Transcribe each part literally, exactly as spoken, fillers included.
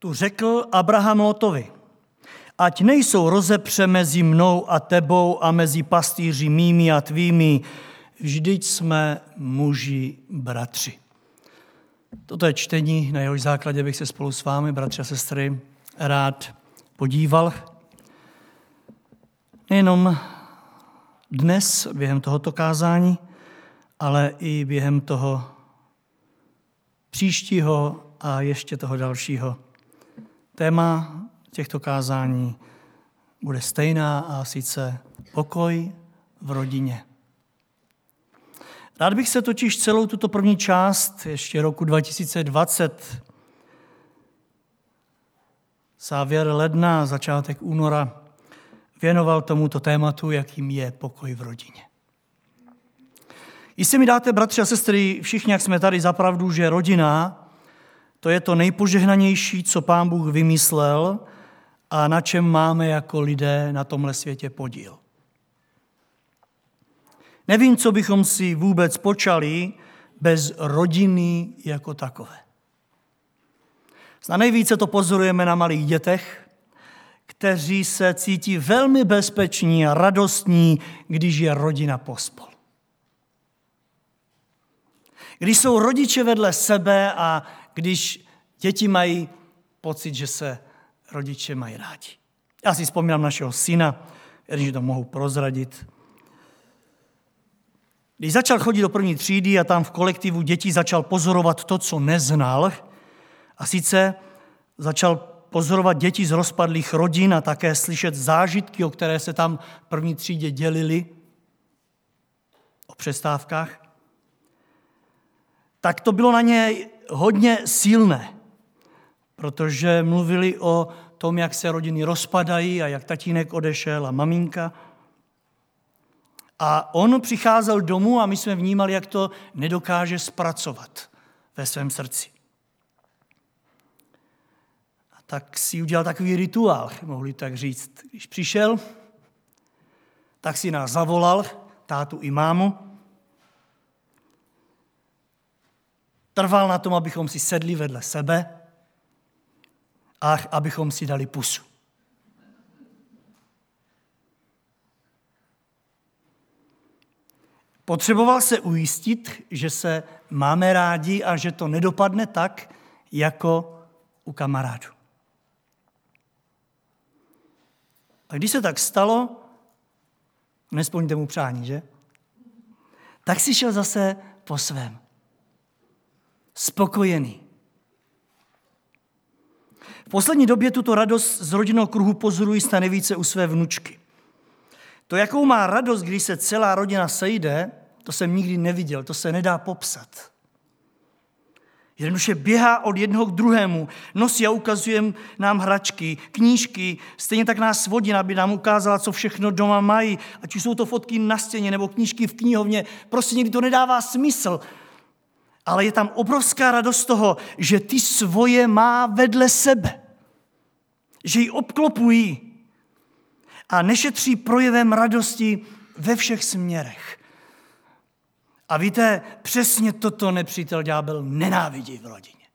tu řekl Abraham Lotovi: ať nejsou rozepře mezi mnou a tebou a mezi pastýři mými a tvými, vždyť jsme muži bratři. Toto je čtení, na jehož základě bych se spolu s vámi, bratři a sestry, rád podíval. Nejenom dnes během tohoto kázání, ale i během toho příštího a ještě toho dalšího. Téma těchto kázání bude stejná, a sice pokoj v rodině. Rád bych se totiž celou tuto první část ještě roku dva tisíce dvacet, závěr ledna, začátek února, věnoval tomuto tématu, jakým je pokoj v rodině. Jestli mi dáte, bratři a sestry, všichni, jak jsme tady, za pravdu, že rodina, to je to nejpožehnanější, co Pán Bůh vymyslel a na čem máme jako lidé na tomhle světě podíl. Nevím, co bychom si vůbec počali bez rodiny jako takové. A nejvíce to pozorujeme na malých dětech, kteří se cítí velmi bezpeční a radostní, když je rodina pospolu. Když jsou rodiče vedle sebe a když děti mají pocit, že se rodiče mají rádi. Já si vzpomínám našeho syna, že to mohu prozradit. Když začal chodit do první třídy a tam v kolektivu dětí začal pozorovat to, co neznal, a sice začal pozorovat děti z rozpadlých rodin a také slyšet zážitky, o které se tam v první třídě dělili o přestávkách, tak to bylo na ně hodně silné, protože mluvili o tom, jak se rodiny rozpadají a jak tatínek odešel a maminka. A on přicházel domů a my jsme vnímali, jak to nedokáže zpracovat ve svém srdci. A tak si udělal takový rituál, mohli tak říct. Když přišel, tak si nás zavolal, tátu i mámu. Trval na tom, abychom si sedli vedle sebe a abychom si dali pusu. Potřeboval se ujistit, že se máme rádi a že to nedopadne tak, jako u kamarádů. A když se tak stalo, nesplňte mu přání, že? Tak si šel zase po svém. Spokojený. V poslední době tuto radost z rodinného kruhu pozoruji snad nejvíce u své vnučky. To, jakou má radost, když se celá rodina sejde, to jsem nikdy neviděl, to se nedá popsat. Jednoduše běhá od jednoho k druhému, nosí a ukazuje nám hračky, knížky, stejně tak nás vodí, aby nám ukázala, co všechno doma mají, ať už jsou to fotky na stěně nebo knížky v knihovně, prostě někdy to nedává smysl. Ale je tam obrovská radost z toho, že ty svoje má vedle sebe, že ji obklopují a nešetří projevem radosti ve všech směrech. A víte, přesně toto nepřítel ďábel nenávidí v rodině.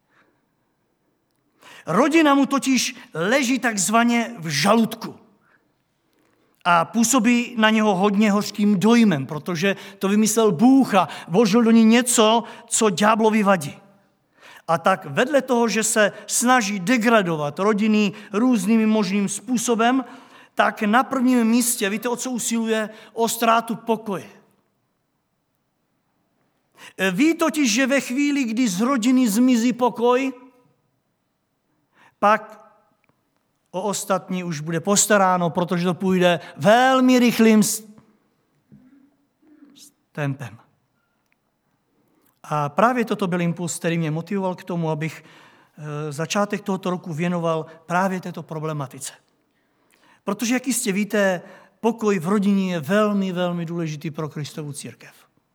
Rodina mu totiž leží takzvaně v žaludku a působí na něho hodně hořkým dojmem, protože to vymyslel Bůh a vložil do ní něco, co ďáblovi vadí. A tak vedle toho, že se snaží degradovat rodiny různými možným způsobem, tak na prvním místě, víte, o co usiluje? O ztrátu pokoje. Ví totiž, že ve chvíli, kdy z rodiny zmizí pokoj, pak o ostatní už bude postaráno, protože to půjde velmi rychlým tempem. A právě toto byl impuls, který mě motivoval k tomu, abych začátek tohoto roku věnoval právě této problematice. Protože, jak jistě víte, pokoj v rodině je velmi, velmi důležitý pro Kristovu církev.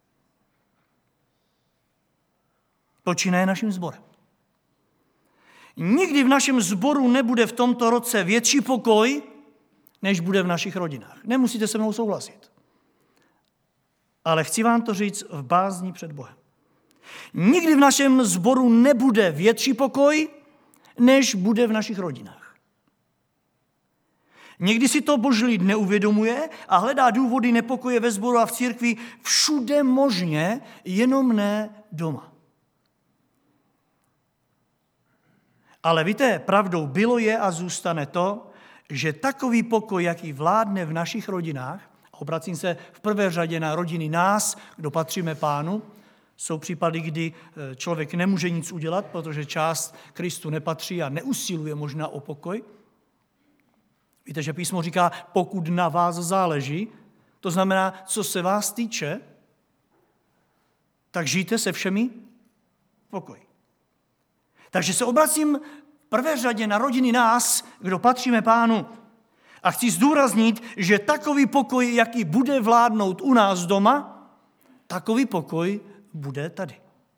Počínaje naším sborem. Nikdy v našem sboru nebude v tomto roce větší pokoj, než bude v našich rodinách. Nemusíte se mnou souhlasit. Ale chci vám to říct v bázni před Bohem. Nikdy v našem sboru nebude větší pokoj, než bude v našich rodinách. Někdy si to boží lid neuvědomuje a hledá důvody nepokoje ve sboru a v církvi všude možně, jenom ne doma. Ale víte, pravdou bylo je a zůstane to, že takový pokoj, jaký vládne v našich rodinách, a obracím se v prvé řadě na rodiny nás, kdo patříme Pánu, jsou případy, kdy člověk nemůže nic udělat, protože část Kristu nepatří a neusiluje možná o pokoj. Víte, že písmo říká, pokud na vás záleží, to znamená, co se vás týče, tak žijte se všemi v pokoji. Takže se obracím v prvé řadě na rodiny nás, kdo patříme Pánu. A chci zdůraznit, že takový pokoj, jaký bude vládnout u nás doma, takový pokoj bude tady.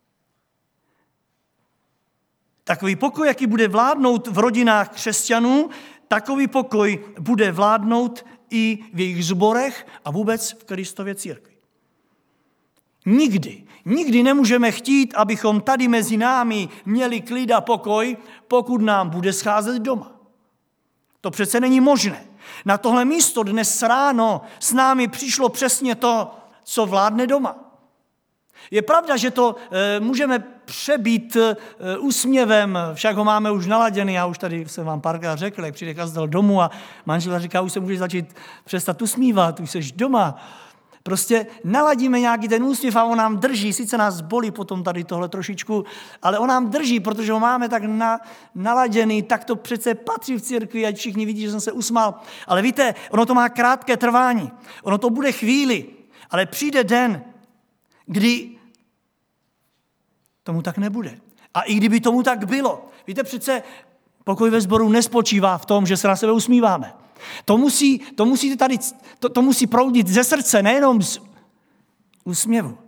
Takový pokoj, jaký bude vládnout v rodinách křesťanů, takový pokoj bude vládnout i v jejich sborech a vůbec v Kristově církvi. Nikdy, nikdy nemůžeme chtít, abychom tady mezi námi měli klid a pokoj, pokud nám bude scházet doma. To přece není možné. Na tohle místo dnes ráno s námi přišlo přesně to, co vládne doma. Je pravda, že to e, můžeme přebít e, úsměvem, však ho máme už naladěný, já už tady jsem vám párkrát řekl, jak přijde kazatel domů a manžela říká, už se můžeš začít přestat usmívat, už jsi doma. Prostě naladíme nějaký ten úsměv a on nám drží, sice nás bolí potom tady tohle trošičku, ale on nám drží, protože ho máme tak na, naladěný, tak to přece patří v církvi, ať všichni vidí, že jsem se usmál. Ale víte, ono to má krátké trvání, ono to bude chvíli, ale přijde den, kdy tomu tak nebude. A i kdyby tomu tak bylo, víte, přece pokoj ve sboru nespočívá v tom, že se na sebe usmíváme. To musí, to musí, tady, to, to musí proudit ze srdce, nejenom z úsměvu.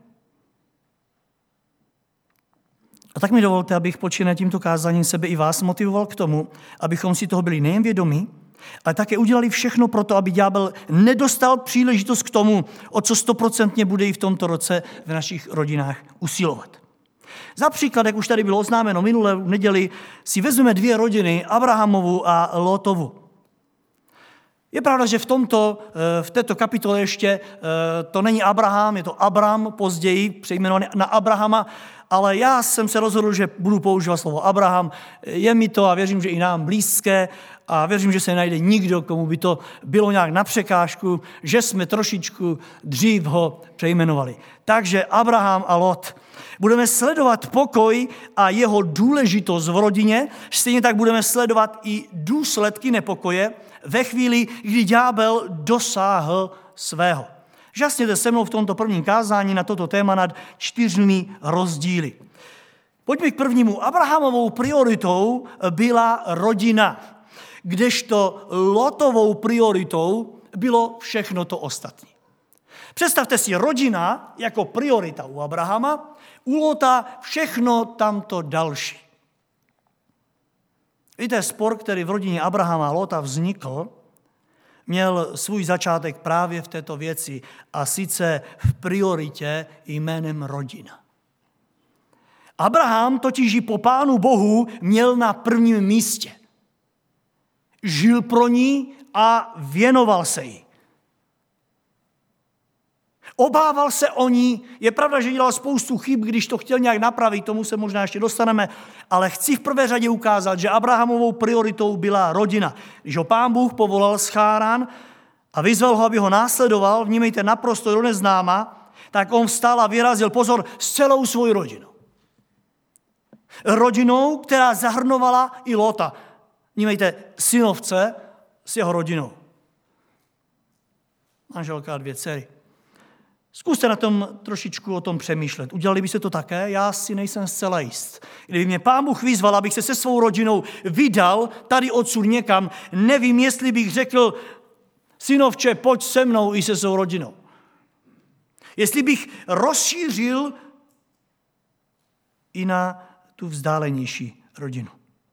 A tak mi dovolte, abych počínaje tímto kázáním sebe i vás motivoval k tomu, abychom si toho byli nejen vědomí, ale také udělali všechno pro to, aby ďábel nedostal příležitost k tomu, o co stoprocentně bude i v tomto roce v našich rodinách usilovat. Za příklad, jak už tady bylo oznámeno minulé neděli, si vezmeme dvě rodiny, Abrahamovu a Lotovu. Je pravda, že v, tomto, v této kapitole ještě to není Abraham, je to Abram, později přejmenovaný na Abrahama, ale já jsem se rozhodl, že budu používat slovo Abraham. Je mi to a věřím, že i nám blízké a věřím, že se najde nikdo, komu by to bylo nějak na překážku, že jsme trošičku dřív ho přejmenovali. Takže Abraham a Lot. Budeme sledovat pokoj a jeho důležitost v rodině, stejně tak budeme sledovat i důsledky nepokoje ve chvíli, kdy ďábel dosáhl svého. Žasněte se mnou v tomto prvním kázání na toto téma nad čtyřmi rozdíly. Pojďme k prvnímu. Abrahamovou prioritou byla rodina, kdežto Lotovou prioritou bylo všechno to ostatní. Představte si rodina jako priorita u Abrahama, u Lota všechno tamto další. Víte, spor, který v rodině Abrahama a Lota vznikl, měl svůj začátek právě v této věci a sice v prioritě jménem rodina. Abraham totiž i po Pánu Bohu měl na prvním místě. Žil pro ní a věnoval se jí. Obával se o ní. Je pravda, že dělal spoustu chyb, když to chtěl nějak napravit, tomu se možná ještě dostaneme, ale chci v prvé řadě ukázat, že Abrahamovou prioritou byla rodina. Když ho Pán Bůh povolal z Chárán a vyzval ho, aby ho následoval, vnímejte naprosto do neznáma, tak on vstal a vyrazil, pozor, s celou svou rodinou. Rodinou, která zahrnovala i Lota. Vnímejte, synovce s jeho rodinou. Manželka a dvě dcery. Zkuste na tom trošičku o tom přemýšlet. Udělali by se to také? Já si nejsem zcela jist. Kdyby mě Pán Bůh vyzval, abych se se svou rodinou vydal tady odsud někam, nevím, jestli bych řekl, synovče, pojď se mnou i se svou rodinou. Jestli bych rozšířil i na tu vzdálenější rodinu.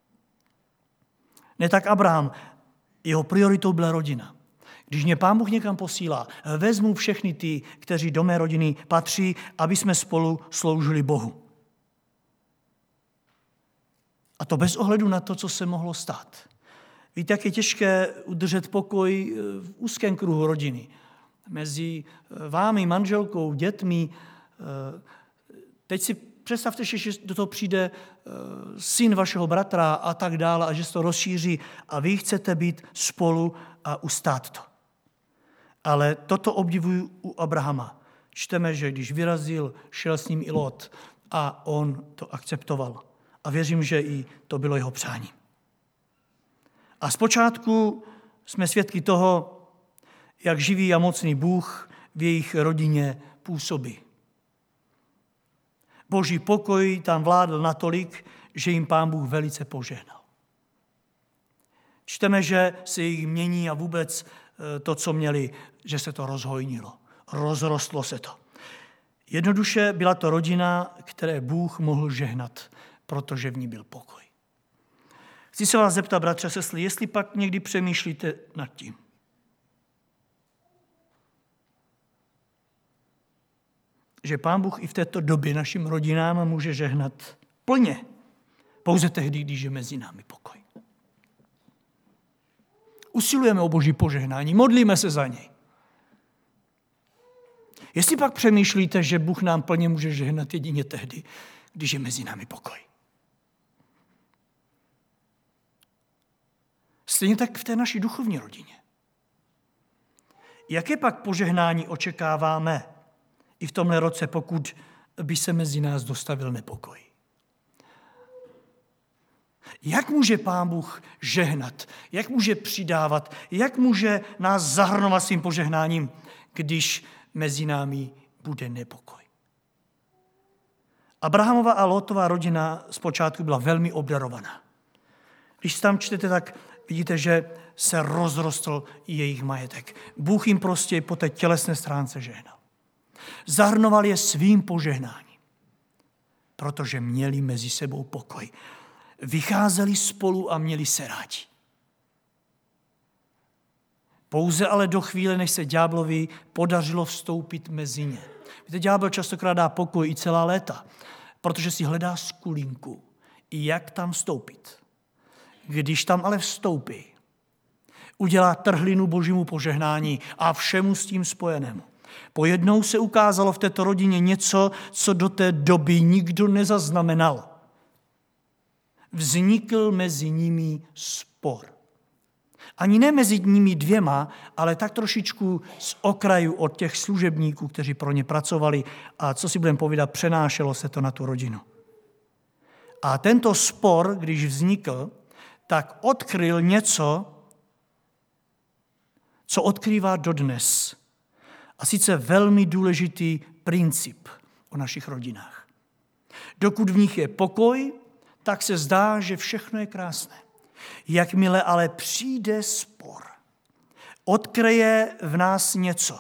Ne tak Abraham, jeho prioritou byla rodina. Když mě Pán Bůh někam posílá, vezmu všechny ty, kteří do mé rodiny patří, aby jsme spolu sloužili Bohu. A A to bez ohledu na to, co se mohlo stát. Víte, jak je těžké udržet pokoj v úzkém kruhu rodiny. Mezi vámi, manželkou, dětmi. Teď si představte, že do toho přijde syn vašeho bratra a tak dále a že se to rozšíří a vy chcete být spolu a ustát to. Ale toto obdivuju u Abrahama. Čteme, že když vyrazil, šel s ním i Lot a on to akceptoval. A věřím, že i to bylo jeho přání. A zpočátku jsme svědky toho, jak živý a mocný Bůh v jejich rodině působí. Boží pokoj tam vládl natolik, že jim Pán Bůh velice požehnal. Čteme, že se jich mění a vůbec to, co měli, že se to rozhojnilo. Rozrostlo se to. Jednoduše byla to rodina, které Bůh mohl žehnat, protože v ní byl pokoj. Chci se vás zeptat, bratře, sestry, jestli pak někdy přemýšlíte nad tím. Že Pán Bůh i v této době našim rodinám může žehnat plně. Pouze tehdy, když je mezi námi pokoj. Usilujeme o Boží požehnání, modlíme se za něj. Jestli pak přemýšlíte, že Bůh nám plně může žehnat jedině tehdy, když je mezi námi pokoj. Stejně tak v té naší duchovní rodině. Jaké pak požehnání očekáváme i v tomhle roce, pokud by se mezi nás dostavil nepokoj? Jak může Pán Bůh žehnat? Jak může přidávat? Jak může nás zahrnovat svým požehnáním, když mezi námi bude nepokoj? Abrahamova a Lotova rodina zpočátku byla velmi obdarovaná. Když tam čtete, tak vidíte, že se rozrostl jejich majetek. Bůh jim prostě po té tělesné stránce žehnal. Zahrnoval je svým požehnáním, protože měli mezi sebou pokoj. Vycházeli spolu a měli se rádi. Pouze ale do chvíle, než se ďáblovi podařilo vstoupit mezi ně. Víte, ďábel častokrát dá pokoj i celá léta, protože si hledá skulinku, jak tam vstoupit. Když tam ale vstoupí, udělá trhlinu Božímu požehnání a všemu s tím spojenému. Pojednou se ukázalo v této rodině něco, co do té doby nikdo nezaznamenal. Vznikl mezi nimi spor. Ani ne mezi nimi dvěma, ale tak trošičku z okraju od těch služebníků, kteří pro ně pracovali a co si budeme povídat, přenášelo se to na tu rodinu. A tento spor, když vznikl, tak odkryl něco, co odkrývá dodnes. A sice velmi důležitý princip o našich rodinách. Dokud v nich je pokoj, tak se zdá, že všechno je krásné. Jakmile ale přijde spor, odkryje v nás něco,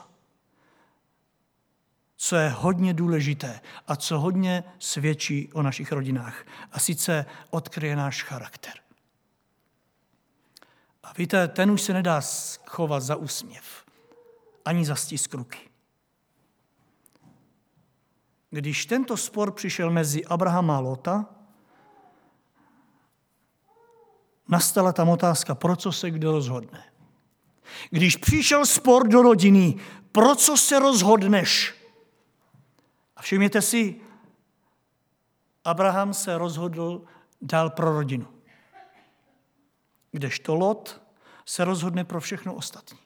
co je hodně důležité a co hodně svědčí o našich rodinách. A sice odkryje náš charakter. A víte, ten už se nedá schovat za úsměv, ani za stisk ruky. Když tento spor přišel mezi Abrahama a Lota, nastala tam otázka, pro co se kdo rozhodne. Když přišel spor do rodiny, pro co se rozhodneš? A všimněte si, Abraham se rozhodl dál pro rodinu. Kdežto Lot se rozhodne pro všechno ostatní.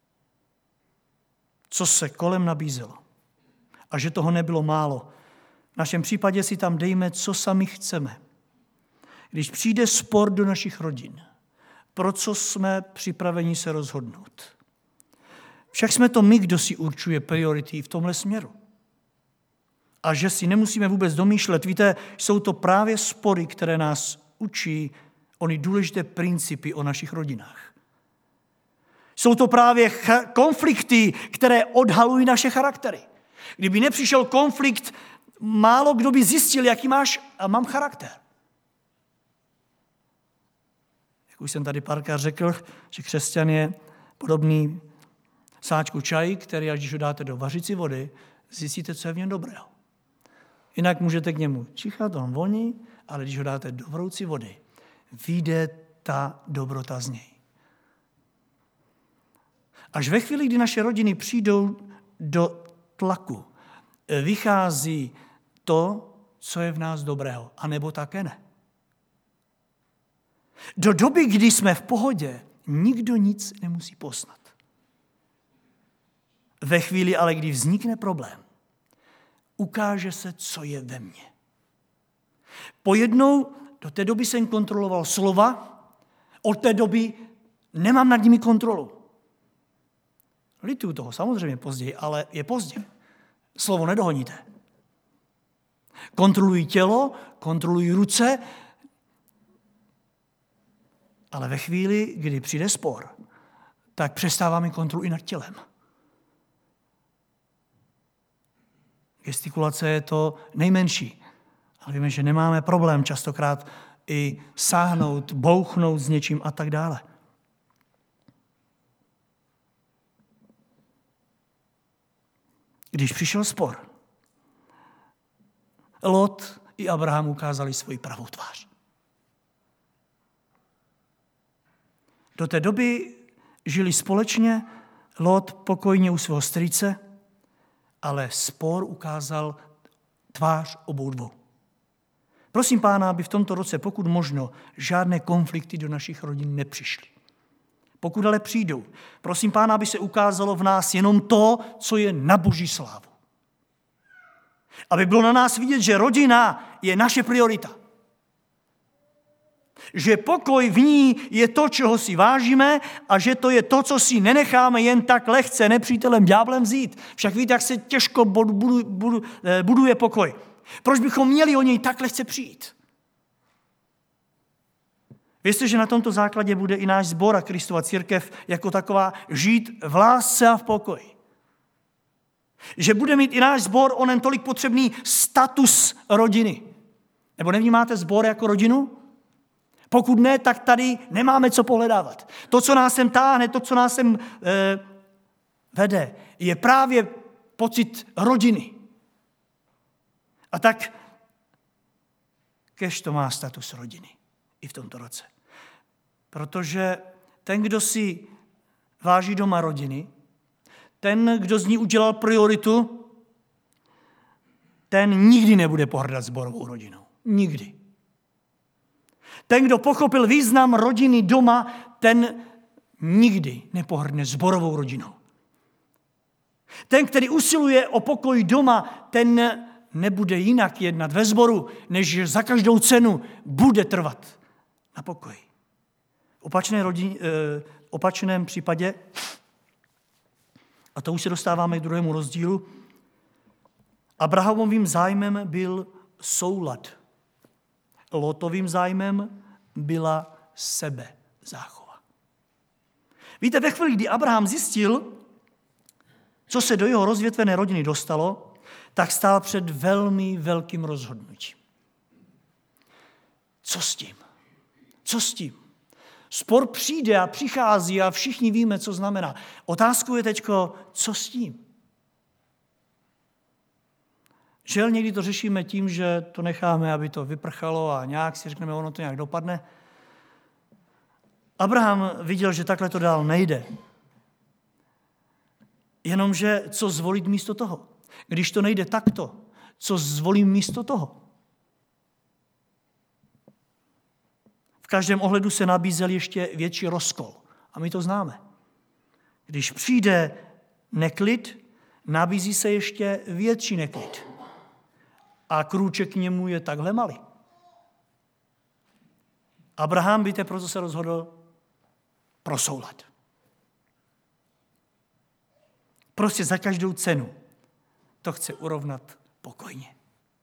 Co se kolem nabízelo. A že toho nebylo málo. V našem případě si tam dejme, co sami chceme. Když přijde spor do našich rodin, pro co jsme připraveni se rozhodnout. Však jsme to my, kdo si určuje priority v tomhle směru. A že si nemusíme vůbec domýšlet. Víte, jsou to právě spory, které nás učí ony důležité principy o našich rodinách. Jsou to právě cha- konflikty, které odhalují naše charaktery. Kdyby nepřišel konflikt, málo kdo by zjistil, jaký máš a mám charakter. Jak už jsem tady párkrát řekl, že křesťan je podobný sáčku čaji, který, až když ho dáte do vařící vody, zjistíte, co je v něm dobrého. Jinak můžete k němu čichat, on voní, ale když ho dáte do vroucí vody, vyjde ta dobrota z něj. Až ve chvíli, kdy naše rodiny přijdou do tlaku, vychází to, co je v nás dobrého, anebo také ne. Do doby, kdy jsme v pohodě, nikdo nic nemusí poznat. Ve chvíli ale, kdy vznikne problém, ukáže se, co je ve mně. Pojednou do té doby jsem kontroloval slova, od té doby nemám nad nimi kontrolu. Lituju toho samozřejmě později, ale je pozdě. Slovo nedohoníte. Kontroluji tělo, kontroluji ruce, ale ve chvíli, kdy přijde spor, tak přestáváme kontrolu i nad tělem. Gestikulace je to nejmenší, ale víme, že nemáme problém častokrát i sáhnout, bouchnout s něčím a tak dále. Když přišel spor, Lot i Abraham ukázali svoji pravou tvář. Do té doby žili společně, Lot pokojně u svého strýce, ale spor ukázal tvář obou dvou. Prosím Pána, aby v tomto roce, pokud možno, žádné konflikty do našich rodin nepřišly. Pokud ale přijdou, prosím Pána, aby se ukázalo v nás jenom to, co je na Boží slávu. Aby bylo na nás vidět, že rodina je naše priorita. Že pokoj v ní je to, čeho si vážíme a že to je to, co si nenecháme jen tak lehce nepřítelem ďáblem vzít. Však víte, jak se těžko buduje pokoj. Proč bychom měli o něj tak lehce přijít? Věřte, že na tomto základě bude i náš sbor a Kristova církev jako taková žít v lásce a v pokoji. Že bude mít i náš sbor onen tolik potřebný status rodiny. Nebo nevnímáte sbor jako rodinu? Pokud ne, tak tady nemáme co pohledávat. To, co nás sem táhne, to, co nás sem eh, vede, je právě pocit rodiny. A tak kéž to má status rodiny i v tomto roce. Protože ten, kdo si váží doma rodiny, ten, kdo z ní udělal prioritu, ten nikdy nebude pohrdat sborovou rodinou. Nikdy. Ten, kdo pochopil význam rodiny doma, ten nikdy nepohrdne sborovou rodinou. Ten, který usiluje o pokoj doma, ten nebude jinak jednat ve sboru, než že za každou cenu bude trvat na pokoji. V opačné rodin, eh, opačném případě, a to už se dostáváme k druhému rozdílu, Abrahamovým zájmem byl soulad. Lotovým zájmem byla sebezáchova. Víte, ve chvíli, kdy Abraham zjistil, co se do jeho rozvětvené rodiny dostalo, tak stál před velmi velkým rozhodnutím. Co s tím? Co s tím? Spor přijde a přichází a všichni víme, co znamená. Otázkou je teďko, co s tím? Žel někdy to řešíme tím, že to necháme, aby to vyprchalo a nějak si řekneme, ono to nějak dopadne. Abraham viděl, že takhle to dál nejde. Jenomže co zvolit místo toho? Když to nejde takto, co zvolím místo toho? V každém ohledu se nabízel ještě větší rozkol. A my to známe. Když přijde neklid, nabízí se ještě větší neklid. A krůček k němu je takhle malý. Abraham, víte, proto se rozhodl pro soulad. Prostě za každou cenu to chce urovnat pokojně.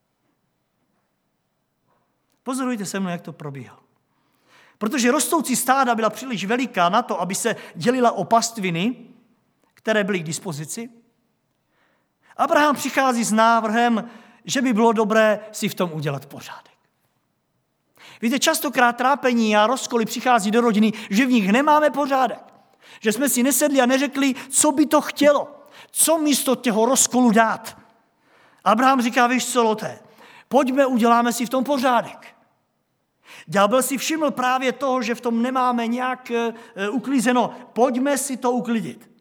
Pozorujte se mnou, jak to probíhalo. Protože rostoucí stáda byla příliš veliká na to, aby se dělila o pastviny, které byly k dispozici. Abraham přichází s návrhem, že by bylo dobré si v tom udělat pořádek. Víte, častokrát trápení a rozkoly přichází do rodiny, že v nich nemáme pořádek. Že jsme si nesedli a neřekli, co by to chtělo. Co místo těho rozkolu dát. Abraham říká, víš co, Loté, pojďme, uděláme si v tom pořádek. Ďábel si všiml právě toho, že v tom nemáme nějak uh, uklízeno. Pojďme si to uklidit.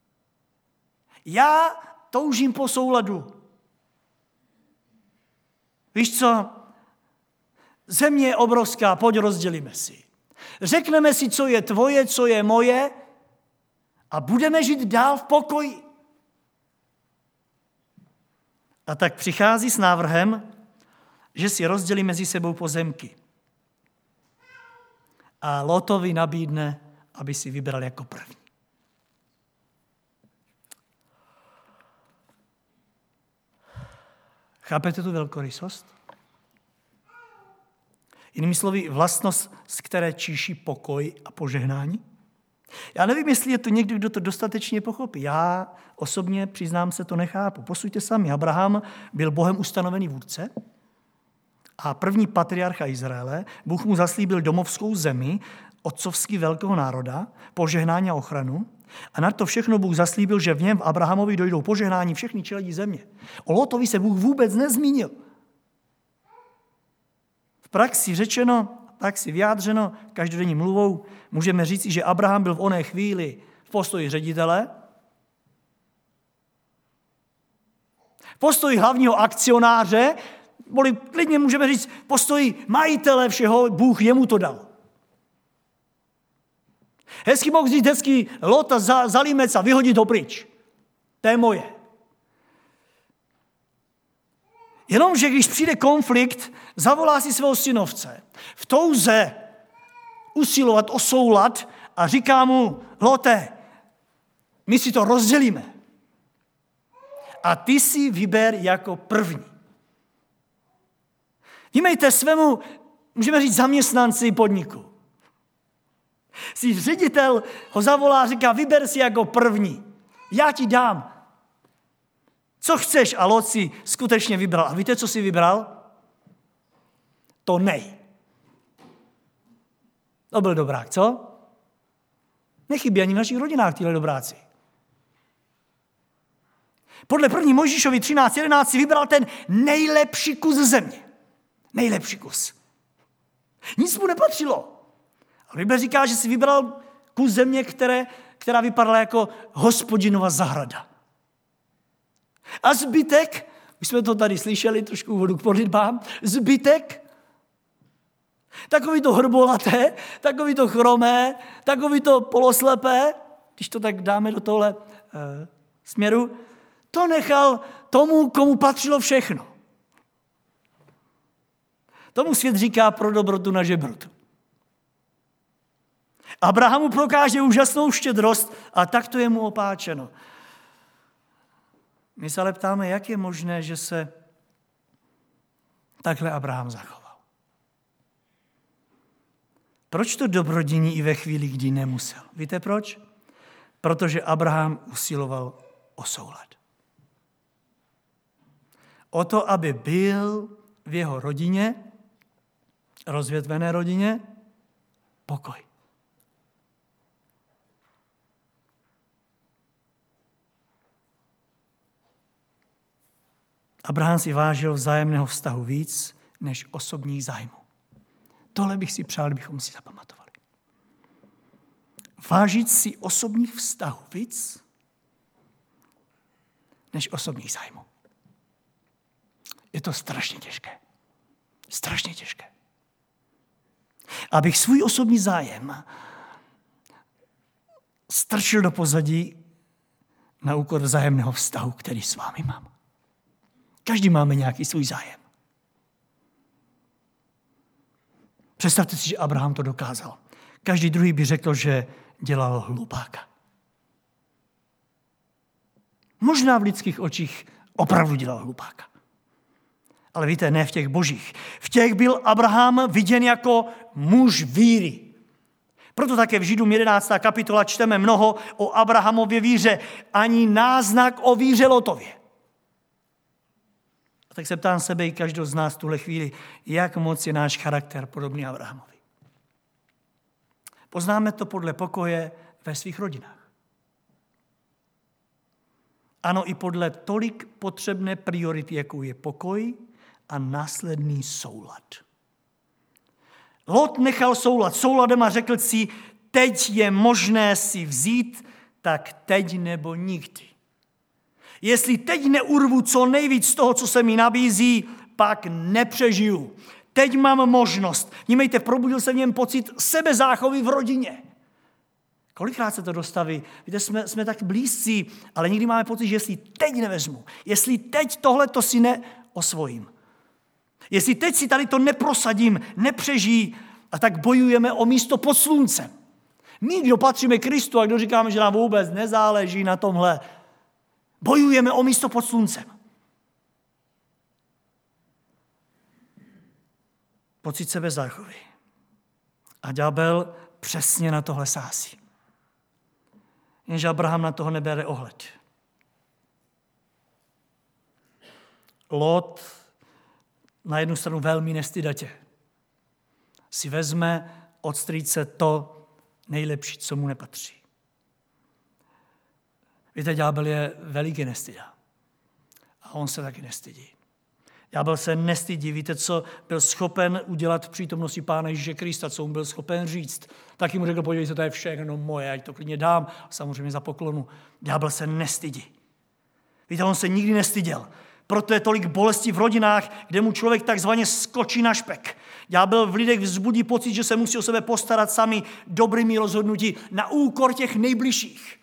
Já toužím po souladu. Víš co? Země je obrovská, pojď rozdělíme si. Řekneme si, co je tvoje, co je moje a budeme žít dál v pokoji. A tak přichází s návrhem, že si rozdělí mezi sebou pozemky. A Lotovi nabídne, aby si vybral jako první. Chápete tu velkorysost? Jinými slovy, vlastnost, z které číší pokoj a požehnání? Já nevím, jestli je to někdo, kdo to dostatečně pochopí. Já osobně, přiznám se, to nechápu. Posuďte sami, Abraham byl Bohem ustanovený vůdce a první patriarcha Izraele. Bůh mu zaslíbil domovskou zemi, otcovský velkého národa, požehnání a ochranu. A na to všechno Bůh zaslíbil, že v něm v Abrahamovi dojdou požehnání všechny čeledí země. O Lotovi se Bůh vůbec nezmínil. V praxi řečeno, v praxi vyjádřeno, každodenní mluvou, můžeme říct, že Abraham byl v oné chvíli v postoji ředitele, v postoji hlavního akcionáře, boli klidně můžeme říct v postoji majitele všeho, Bůh jemu to dal. Hezky mohl říct hezký Lota za, za límec a vyhodit ho pryč. To je moje. Jenomže když přijde konflikt, zavolá si svého synovce. V touze usilovat o soulad a říká mu, Lote, my si to rozdělíme. A ty si vyber jako první. Vymejte svému, můžeme říct, zaměstnanci podniku. Si ředitel ho zavolá a říká, vyber si jako první. Já ti dám. Co chceš? A Lot si skutečně vybral. A víte, co si vybral? To nej. To byl dobrák, co? Nechybí ani v našich rodinách tyhle dobráci. Podle první Mojžíšovi třináct jedenáct si vybral ten nejlepší kus země. Nejlepší kus. Nic mu nepatřilo. A Bible říká, že si vybral kus země, které, která vypadala jako Hospodinova zahrada. A zbytek, už jsme to tady slyšeli, trošku úvodu k modlitbám, zbytek, takový to hrbolaté, takový to chromé, takový to poloslepé, když to tak dáme do tohle e, směru, to nechal tomu, komu patřilo všechno. Tomu svět říká pro dobrotu na žebrotu. Abrahamu prokáže úžasnou štědrost a tak to je mu opáčeno. My se ale ptáme, jak je možné, že se takhle Abraham zachoval. Proč to dobrodiní i ve chvíli, kdy nemusel? Víte proč? Protože Abraham usiloval o soulad. O to, aby byl v jeho rodině, rozvětvené rodině, pokoj. Abraham si vážil vzájemného vztahu víc než osobních zájmů. Tohle bych si přál, bychom si zapamatovali. Vážit si osobních vztahů víc než osobních zájmů. Je to strašně těžké. Strašně těžké. Abych svůj osobní zájem strčil do pozadí na úkor vzájemného vztahu, který s vámi mám. Každý máme nějaký svůj zájem. Představte si, že Abraham to dokázal. Každý druhý by řekl, že dělal hlupáka. Možná v lidských očích opravdu dělal hlupáka. Ale víte, ne v těch božích. V těch byl Abraham viděn jako muž víry. Proto také v Židům jedenáctá kapitola čteme mnoho o Abrahamově víře, ani náznak o víře Lotově. A tak se ptám sebe i každého z nás v tuhle chvíli, jak moc je náš charakter podobný Abrahamovi. Poznáme to podle pokoje ve svých rodinách. Ano, i podle tolik potřebné priority, jakou je pokoj a následný soulad. Lot nechal soulad souladem a řekl si, teď je možné si vzít, tak teď nebo nikdy. Jestli teď neurvu co nejvíc z toho, co se mi nabízí, pak nepřežiju. Teď mám možnost. Vnímejte, probudil se v něm pocit sebezáchovy v rodině. Kolikrát se to dostaví? Víte, jsme, jsme tak blízcí, ale někdy máme pocit, že jestli teď nevezmu, jestli teď tohle to si neosvojím, jestli teď si tady to neprosadím, nepřežijí, a tak bojujeme o místo pod sluncem. My, kdo patříme Kristu a kdo říkáme, že nám vůbec nezáleží na tomhle, bojujeme o místo pod sluncem. Pocit sebezáchovy. A ďábel přesně na tohle sází. Jenže Abraham na toho nebere ohled. Lot na jednu stranu velmi nestydatě si vezme od strýce to nejlepší, co mu nepatří. Víte, ďábel je veliký nestyda. A on se taky nestydí. Ďábel se nestydí. Víte, co byl schopen udělat v přítomnosti Pána Ježíše Krista, co mu byl schopen říct. Taky mu řekl, podívej se, to je všechno moje, ať to klidně dám, samozřejmě za poklonu. Ďábel se nestydí. Víte, on se nikdy nestyděl. Proto je tolik bolesti v rodinách, kde mu člověk takzvaně skočí na špek. Ďábel v lidech vzbudí pocit, že se musí o sebe postarat sami dobrými rozhodnutí na úkor těch nejbližších.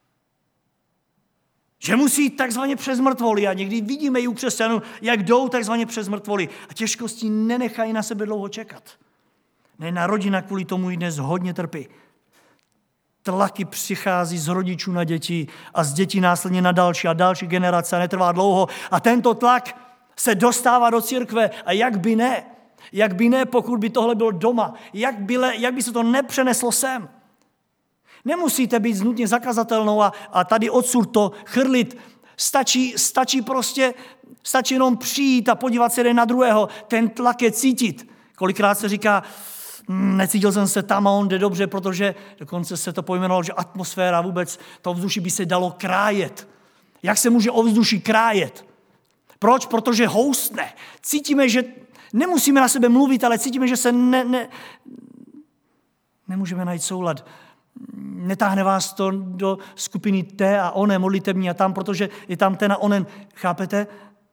Že musí takzvaně přes mrtvoly a někdy vidíme i u křesťanů, jak jdou takzvaně přes mrtvoly a těžkosti nenechají na sebe dlouho čekat. Nejedná rodina kvůli tomu i dnes hodně trpí. Tlaky přichází z rodičů na děti a z dětí následně na další a další generace a netrvá dlouho. A tento tlak se dostává do církve a jak by ne? Jak by ne, pokud by tohle bylo doma? Jak by, jak by se to nepřeneslo sem? Nemusíte být nutně zakazatelnou a, a tady odsud to chrlit. Stačí, stačí prostě, stačí jenom přijít a podívat se jeden na druhého. Ten tlak je cítit. Kolikrát se říká, necítil jsem se tam a on jde dobře, protože dokonce se to pojmenovalo, že atmosféra vůbec, to ovzduší by se dalo krájet. Jak se může ovzduší krájet? Proč? Protože houstne. Cítíme, že nemusíme na sebe mluvit, ale cítíme, že se ne, ne, nemůžeme najít soulad. Netáhne vás to do skupiny T a oné modlitební a tam, protože je tam ten a onen. Chápete?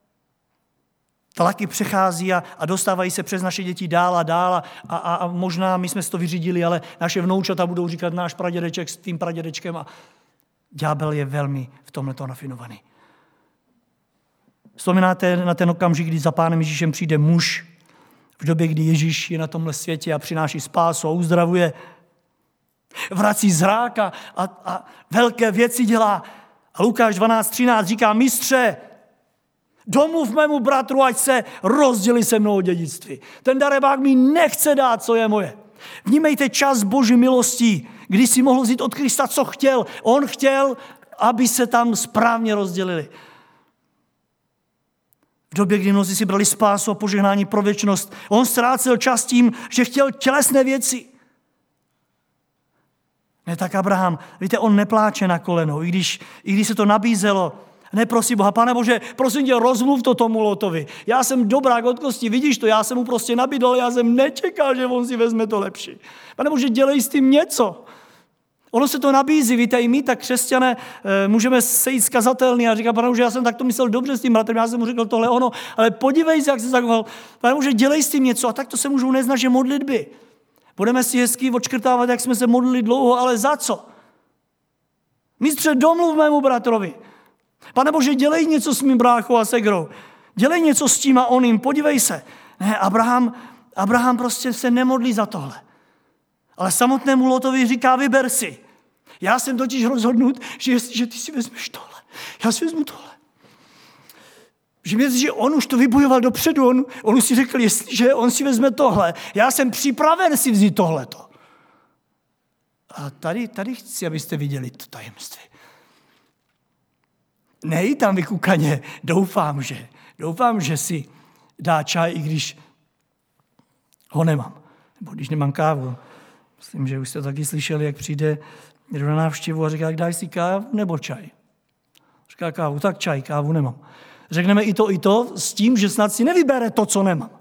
Tlaky přechází a, a dostávají se přes naše děti dál a dál a, a, a možná my jsme si to vyřídili, ale naše vnoučata budou říkat náš pradědeček s tím pradědečkem a ďábel je velmi v tomhleto nafinovaný. Vzpomínáte na ten okamžik, kdy za Pánem Ježíšem přijde muž v době, kdy Ježíš je na tomhle světě a přináší spásu a uzdravuje, vrací zrák a, a, a velké věci dělá. A Lukáš dvanáct třináct říká, mistře, domluv mému bratru, ať se rozdělí se mnou dědictví. Ten darebák mi nechce dát, co je moje. Vnímejte čas Boží milostí, kdy si mohl vzít od Krista, co chtěl. On chtěl, aby se tam správně rozdělili. V době, kdy mnozí si brali spásu a požehnání pro věčnost, on ztrácel čas tím, že chtěl tělesné věci. Ne tak Abraham, víte, on nepláče na kolenou, i když, i když se to nabízelo. Neprosí Boha, Pane Bože, prosím tě, rozmluv to tomu Lotovi. Já jsem dobrák od kosti, vidíš to, já jsem mu prostě nabídl, já jsem nečekal, že on si vezme to lepší. Pane Bože, dělej s tím něco. Ono se to nabízí, víte, i my, tak křesťané, můžeme sejít zkazatelný a říkat, Pane Bože, já jsem tak to myslel dobře s tím bratrem, já jsem mu řekl tohle ono, ale podívej se, jak se zachoval. Pane Bože, dělej s tím něco a tak to se můžou nést naše modlitby. Budeme si hezky odškrtávat, jak jsme se modlili dlouho, ale za co? Mistře, domluv mému bratrovi. Pane Bože, dělej něco s mým bráchou a segrou. Dělej něco s tím a oným, podívej se. Ne, Abraham, Abraham prostě se nemodlí za tohle. Ale samotnému Lotovi říká, vyber si. Já jsem totiž rozhodnut, že jestliže ty si vezmeš tohle, já si vezmu tohle. Že mě, že on už to vybojoval dopředu, on, on už si řekl, jestliže on si vezme tohle, já jsem připraven si vzít tohleto. A tady, tady chci, abyste viděli to tajemství. Nej tam vykukaně, doufám, že, doufám, že si dá čaj, i když ho nemám. Nebo když nemám kávu. Myslím, že už jste taky slyšeli, jak přijde někdo na návštěvu a říká, daj si kávu nebo čaj. Říká kávu, tak čaj, kávu nemám. Řekneme i to, i to s tím, že snad si nevybere to, co nemám.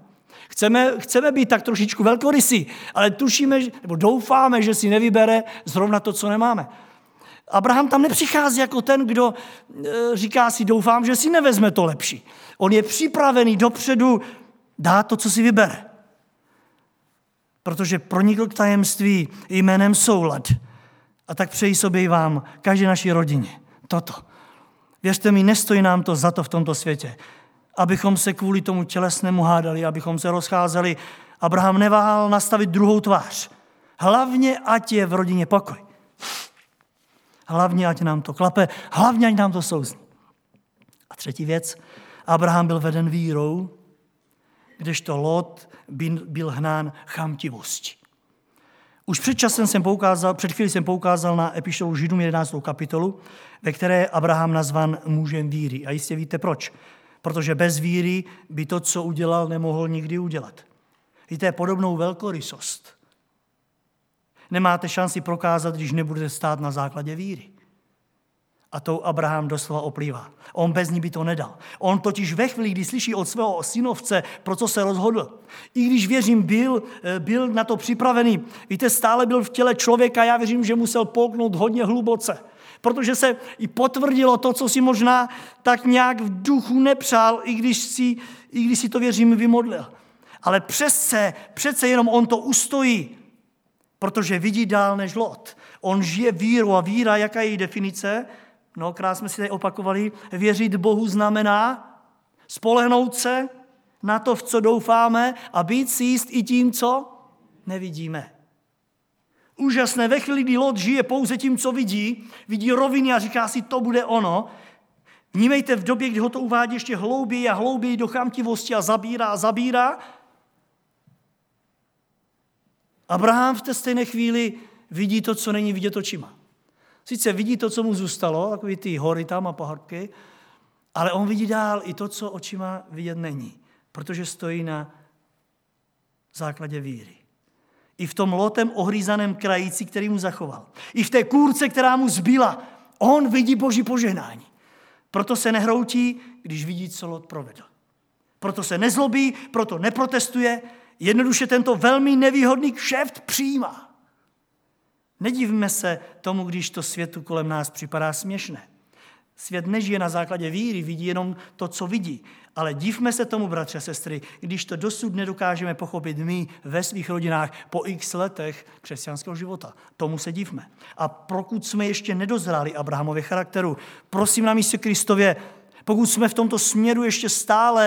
Chceme, chceme být tak trošičku velkorysí, ale tušíme, nebo doufáme, že si nevybere zrovna to, co nemáme. Abraham tam nepřichází jako ten, kdo e, říká si, doufám, že si nevezme to lepší. On je připravený dopředu dát to, co si vybere. Protože pronikl k tajemství jménem soulad. A tak přeji sobě i vám, každé naší rodině, toto. Věřte mi, nestojí nám to za to v tomto světě, abychom se kvůli tomu tělesnému hádali, abychom se rozcházeli. Abraham neváhal nastavit druhou tvář. Hlavně, ať je v rodině pokoj. Hlavně, ať nám to klape, hlavně, ať nám to souzní. A třetí věc, Abraham byl veden vírou, kdežto Lot byl hnán chamtivostí. Už před časem jsem poukázal, před chvíli jsem poukázal na epištolu Židům jedenáctou kapitolu, ve které je Abraham nazvan mužem víry. A jistě víte proč. Protože bez víry by to, co udělal, nemohl nikdy udělat. Víte, podobnou velkorysost nemáte šanci prokázat, když nebudete stát na základě víry. A tou Abraham doslova oplývá. On bez ní by to nedal. On totiž ve chvíli, kdy slyší od svého synovce, pro co se rozhodl, i když věřím, byl, byl na to připravený, víte, stále byl v těle člověka, já věřím, že musel polknout hodně hluboce, protože se i potvrdilo to, co si možná tak nějak v duchu nepřál, i když si, i když si to, věřím, vymodlil. Ale přece, přece jenom on to ustojí, protože vidí dál než Lot. On žije víru a víra, jaká je její definice? Mnohokrát jsme si tady opakovali, věřit Bohu znamená spolehnout se na to, v co doufáme a být si jist i tím, co nevidíme. Úžasné, ve chvíli, kdy Lot žije pouze tím, co vidí, vidí roviny a říká si, to bude ono. Vnímejte v době, kdy ho to uvádí ještě hlouběji a hlouběji do chamtivosti a zabírá a zabírá. Abraham v té stejné chvíli vidí to, co není vidět očima. Sice vidí to, co mu zůstalo, takový ty hory tam a pohorky, ale on vidí dál i to, co očima vidět není, protože stojí na základě víry. I v tom Lotem ohrýzaném krajíci, který mu zachoval. I v té kůrce, která mu zbyla, on vidí Boží požehnání. Proto se nehroutí, když vidí, co Lot provedl. Proto se nezlobí, proto neprotestuje, jednoduše tento velmi nevýhodný kšeft přijímá. Nedivme se tomu, když to světu kolem nás připadá směšné. Svět nežije na základě víry, vidí jenom to, co vidí. Ale divme se tomu, bratře, sestry, když to dosud nedokážeme pochopit my ve svých rodinách po x letech křesťanského života. Tomu se divme. A pokud jsme ještě nedozráli Abrahamově charakteru, prosím na místě Kristově, pokud jsme v tomto směru ještě stále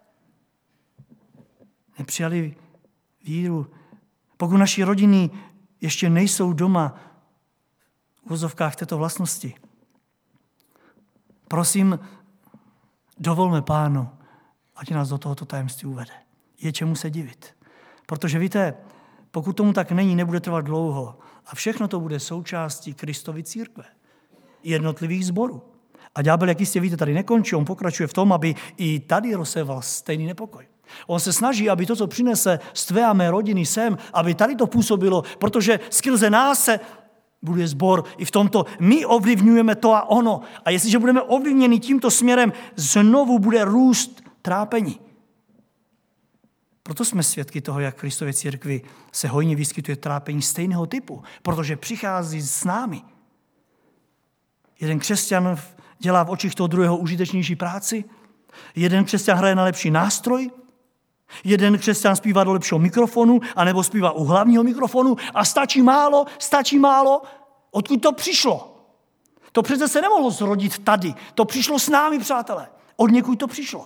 nepřijali víru, pokud naši rodiny ještě nejsou doma v uvozovkách této vlastnosti, prosím, dovolme Pánu, ať nás do tohoto tajemství uvede. Je čemu se divit. Protože víte, pokud tomu tak není, nebude trvat dlouho a všechno to bude součástí Kristovy církve, jednotlivých sborů. A ďábel, jak jistě víte, tady nekončí, on pokračuje v tom, aby i tady rozséval stejný nepokoj. On se snaží, aby to, co přinese z tvé a mé rodiny sem, aby tady to působilo, protože skrze nás se buduje sbor. I v tomto my ovlivňujeme to a ono. A jestliže budeme ovlivněni tímto směrem, znovu bude růst trápení. Proto jsme svědky toho, jak v Kristově církvi se hojně vyskytuje trápení stejného typu, protože přichází s námi. Jeden křesťan dělá v očích toho druhého užitečnější práci, jeden křesťan hraje na lepší nástroj, jeden křesťan zpívá do lepšího mikrofonu, anebo zpívá u hlavního mikrofonu a stačí málo, stačí málo. Odkud to přišlo? To přece se nemohlo zrodit tady. To přišlo s námi, přátelé. Od někud to přišlo.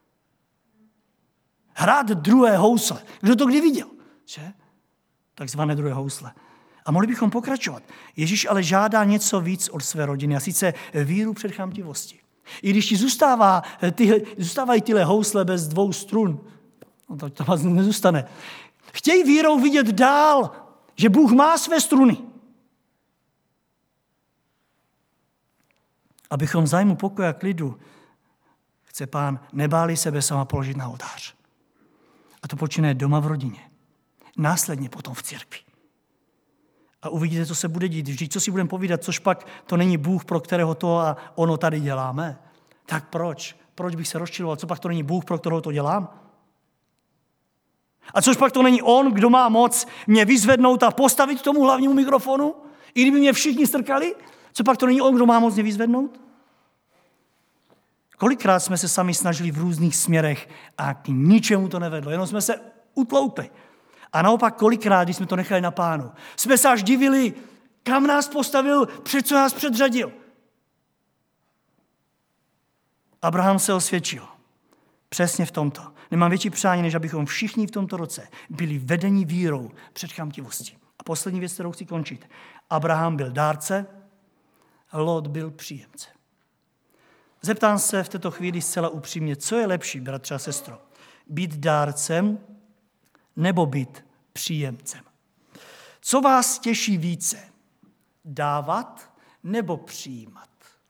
Hrát druhé housle. Kdo to kdy viděl? Že? Takzvané druhé housle. A mohli bychom pokračovat. Ježíš ale žádá něco víc od své rodiny, a sice víru před chamtivostí. I když ti zůstává, tyhle, zůstávají tyhle housle bez dvou strun, no to, to vás nezůstane. Chtějí vírou vidět dál, že Bůh má své struny. Abychom v zájmu pokoje a klidu, chce Pán, nebáli sebe sama položit na oltář. A to počíná doma v rodině. Následně potom v církvi. A uvidíte, co se bude dít. Vždyť co si budeme povídat, což pak to není Bůh, pro kterého to a ono tady děláme. Tak proč? Proč bych se rozčiloval? Co pak to není Bůh, pro kterého to dělám? A což pak to není on, kdo má moc mě vyzvednout a postavit k tomu hlavnímu mikrofonu? I kdyby mě všichni strkali? Co pak to není on, kdo má moc mě vyzvednout? Kolikrát jsme se sami snažili v různých směrech a k ničemu to nevedlo, jenom jsme se utloupli. A naopak kolikrát, když jsme to nechali na Pánu, jsme se až divili, kam nás postavil, před co nás předřadil. Abraham se osvědčil. Přesně v tomto. Nemám větší přání, než abychom všichni v tomto roce byli vedeni vírou před chamtivostí. A poslední věc, kterou chci končit. Abraham byl dárce, Lot byl příjemce. Zeptám se v této chvíli zcela upřímně, co je lepší, bratře a sestro? Být dárcem nebo být příjemcem? Co vás těší více? Dávat nebo přijímat?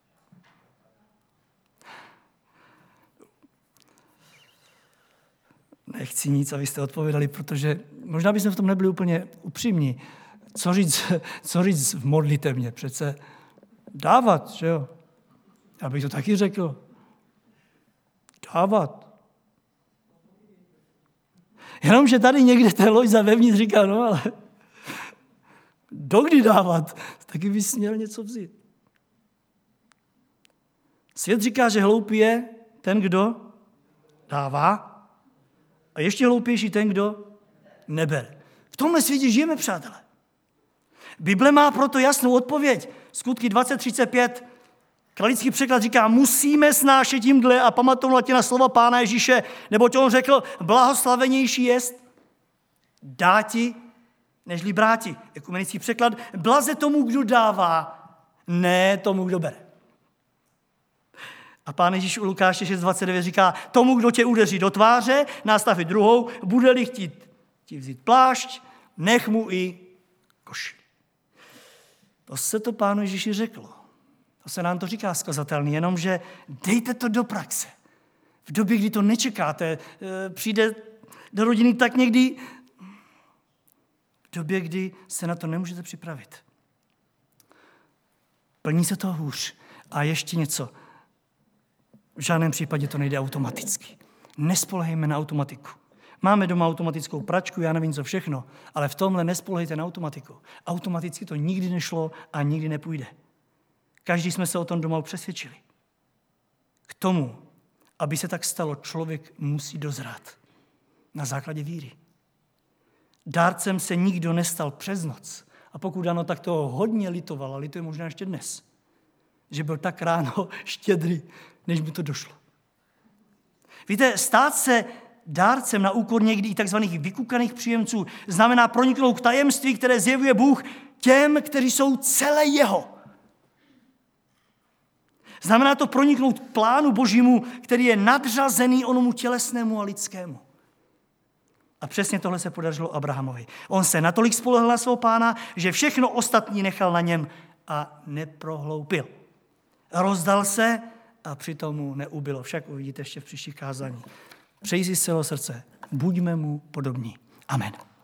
Nechci nic, abyste odpovědali, protože možná bychom v tom nebyli úplně upřímní. Co říct, co říct v modlitevně? Přece dávat, že jo? Já bych to taky řekl. Dávat. Jenomže tady někde ten Lojza vevnitř říká, no ale dokdy dávat? Taky bys měl něco vzít. Svět říká, že hloupý je ten, kdo dává, a ještě hloupější ten, kdo nebere. V tomhle světě žijeme, přátelé. Bible má proto jasnou odpověď. Skutky dvacet třicet pět, kralický překlad říká, musíme snášet tímhle a pamatovat na slova Pána Ježíše, neboť on řekl, blahoslavenější jest dáti, nežli bráti. Ekumenický překlad, blaze tomu, kdo dává, ne tomu, kdo bere. A Pán Ježíš u Lukáše šest dvacet devět říká, tomu, kdo tě udeří do tváře, nástaví druhou, bude-li chtít ti vzít plášť, nech mu i košili. To se to Pánu Ježíši řeklo. To se nám to říká skazatelný, jenomže dejte to do praxe. V době, kdy to nečekáte, přijde do rodiny tak někdy, v době, kdy se na to nemůžete připravit. Plní se to hůř. A ještě něco. V žádném případě to nejde automaticky. Nespolehejme na automatiku. Máme doma automatickou pračku, já nevím co všechno, ale v tomhle nespolehejte na automatiku. Automaticky to nikdy nešlo a nikdy nepůjde. Každý jsme se o tom doma přesvědčili. K tomu, aby se tak stalo, člověk musí dozrát na základě víry. Dárcem se nikdo nestal přes noc. A pokud ano, tak toho hodně litoval, a lituje možná ještě dnes, že byl tak ráno štědrý, než by to došlo. Víte, stát se dárcem na úkor někdy i takzvaných vykukaných příjemců znamená proniknout k tajemství, které zjevuje Bůh těm, kteří jsou celé jeho. Znamená to proniknout k plánu Božímu, který je nadřazený onomu tělesnému a lidskému. A přesně tohle se podařilo Abrahamovi. On se natolik spolehl na svého Pána, že všechno ostatní nechal na něm a neprohloupil. Rozdal se a přitom mu neubylo. Však uvidíte ještě v příštích kázání. Přeji si z celého srdce. Buďme mu podobní. Amen.